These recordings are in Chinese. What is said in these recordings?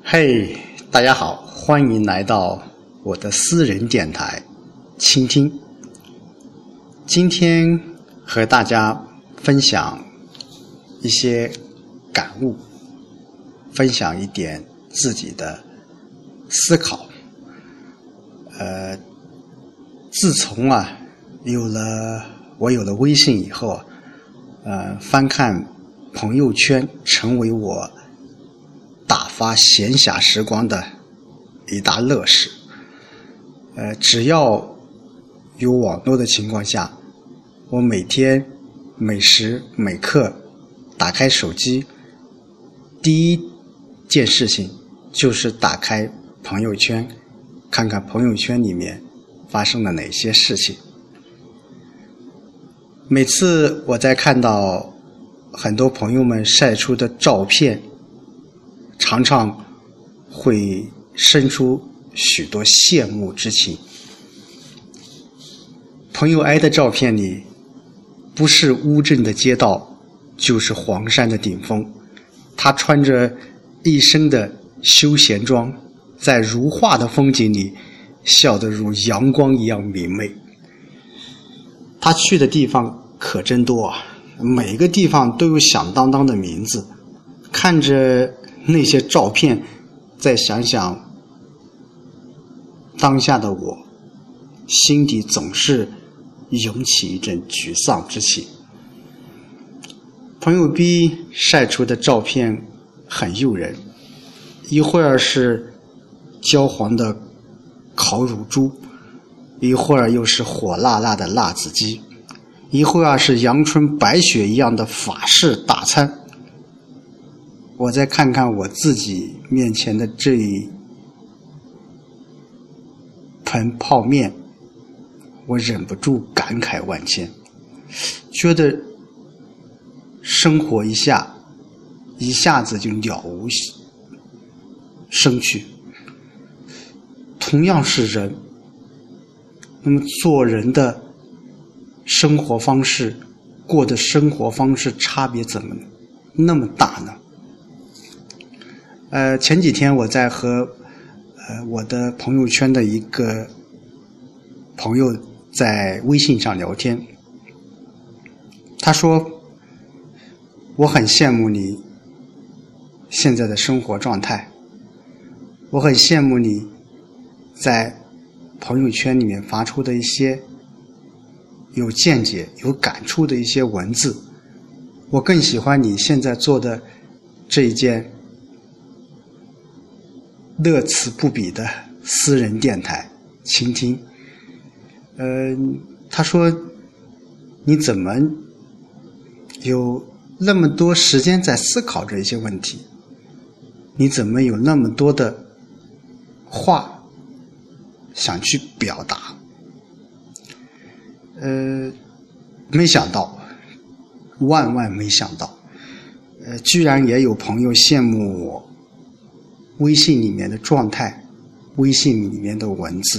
嘿，大家好，欢迎来到我的私人电台倾听。今天和大家分享一些感悟，分享一点自己的思考。自从我有了微信以后，翻看朋友圈成为我打发闲暇时光的一大乐事。只要有网络的情况下，我每天每时每刻打开手机，第一件事情就是打开朋友圈，看看朋友圈里面发生了哪些事情。每次我在看到很多朋友们晒出的照片，常常会生出许多羡慕之情。朋友 A 的照片里，不是乌镇的街道，就是黄山的顶峰。他穿着一身的休闲装，在如画的风景里笑得如阳光一样明媚。他去的地方可真多啊，每个地方都有响当当的名字。看着那些照片，再想想当下的我，心底总是涌起一阵沮丧之情。朋友 B 晒出的照片很诱人，一会儿是焦黄的烤乳猪，一会儿又是火辣辣的辣子鸡，一会儿是阳春白雪一样的法式大餐。我再看看我自己面前的这一盆泡面，我忍不住感慨万千，觉得生活一下子就了无生趣。同样是人，那么做人的生活方式，过的生活方式差别怎么那么大呢？前几天我在和我的朋友圈的一个朋友在微信上聊天，他说我很羡慕你现在的生活状态，我很羡慕你在朋友圈里面发出的一些有见解有感触的一些文字，我更喜欢你现在做的这一件乐此不彼的私人电台倾听。他说你怎么有那么多时间在思考这一些问题，你怎么有那么多的话想去表达？没想到，万万没想到，居然也有朋友羡慕我微信里面的状态，微信里面的文字。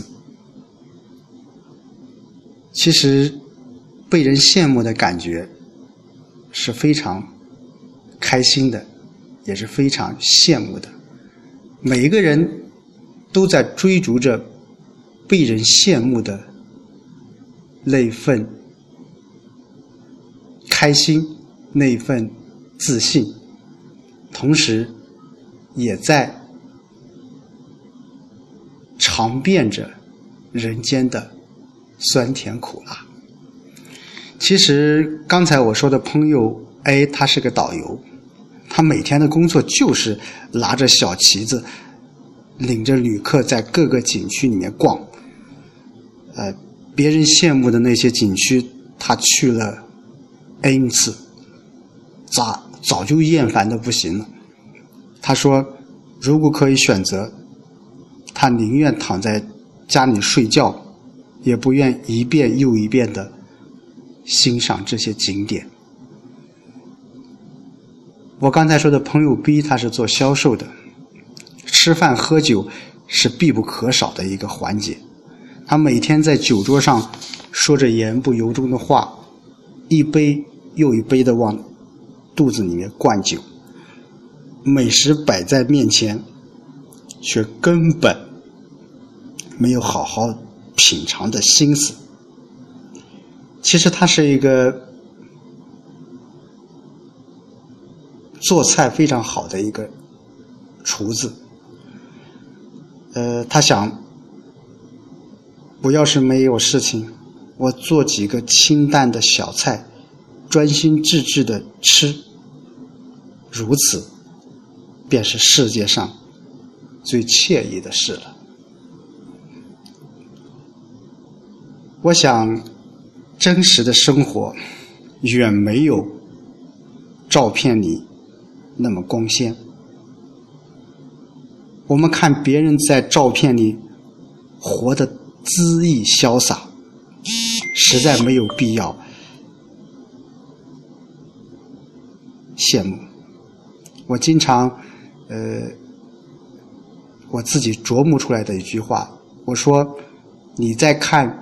其实被人羡慕的感觉是非常开心的，也是非常羡慕的。每一个人都在追逐着被人羡慕的那份开心，那份自信，同时也在尝遍着人间的酸甜苦辣。其实刚才我说的朋友 A 他是个导游，他每天的工作就是拿着小旗子领着旅客在各个景区里面逛。别人羡慕的那些景区他去了 N 次，早就厌烦的不行了。他说如果可以选择，他宁愿躺在家里睡觉，也不愿一遍又一遍的欣赏这些景点。我刚才说的朋友 B 他是做销售的，吃饭喝酒是必不可少的一个环节。他每天在酒桌上说着言不由衷的话，一杯又一杯的往肚子里面灌酒，美食摆在面前， 却根本没有好好品尝的心思。其实他是一个做菜非常好的一个厨子。他想，我要是没有事情，我做几个清淡的小菜，专心致志的吃，如此便是世界上最惬意的事了。我想，真实的生活远没有照片里那么光鲜。我们看别人在照片里活得恣意潇洒，实在没有必要羡慕。我经常我自己琢磨出来的一句话，我说你在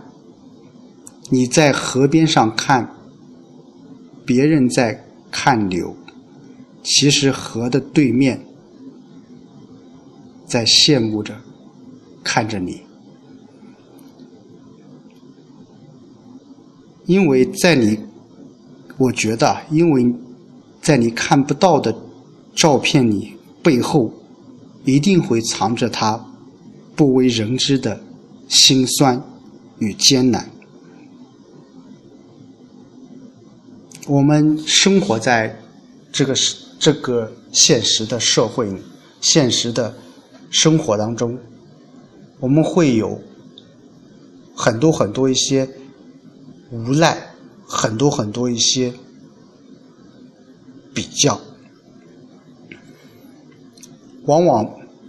河边上看别人在看柳，其实河的对面在羡慕着看着你。我觉得因为在你看不到的照片里背后，一定会藏着他不为人知的辛酸与艰难。我们生活在这个现实的社会里，现实的生活当中，我们会有很多一些无奈，很多一些比较，往往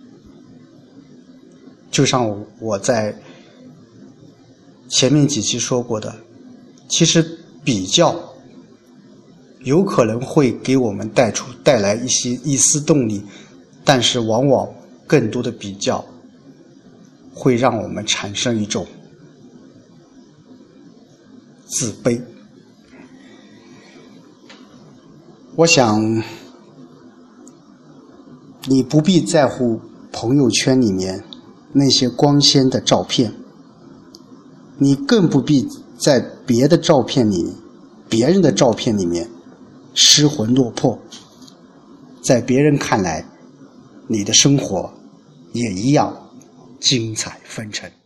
就像我在前面几期说过的，其实比较有可能会给我们带来一丝动力，但是往往更多的比较会让我们产生一种自卑。我想你不必在乎朋友圈里面那些光鲜的照片，你更不必在别人的照片里面失魂落魄。在别人看来，你的生活也一样精彩纷呈。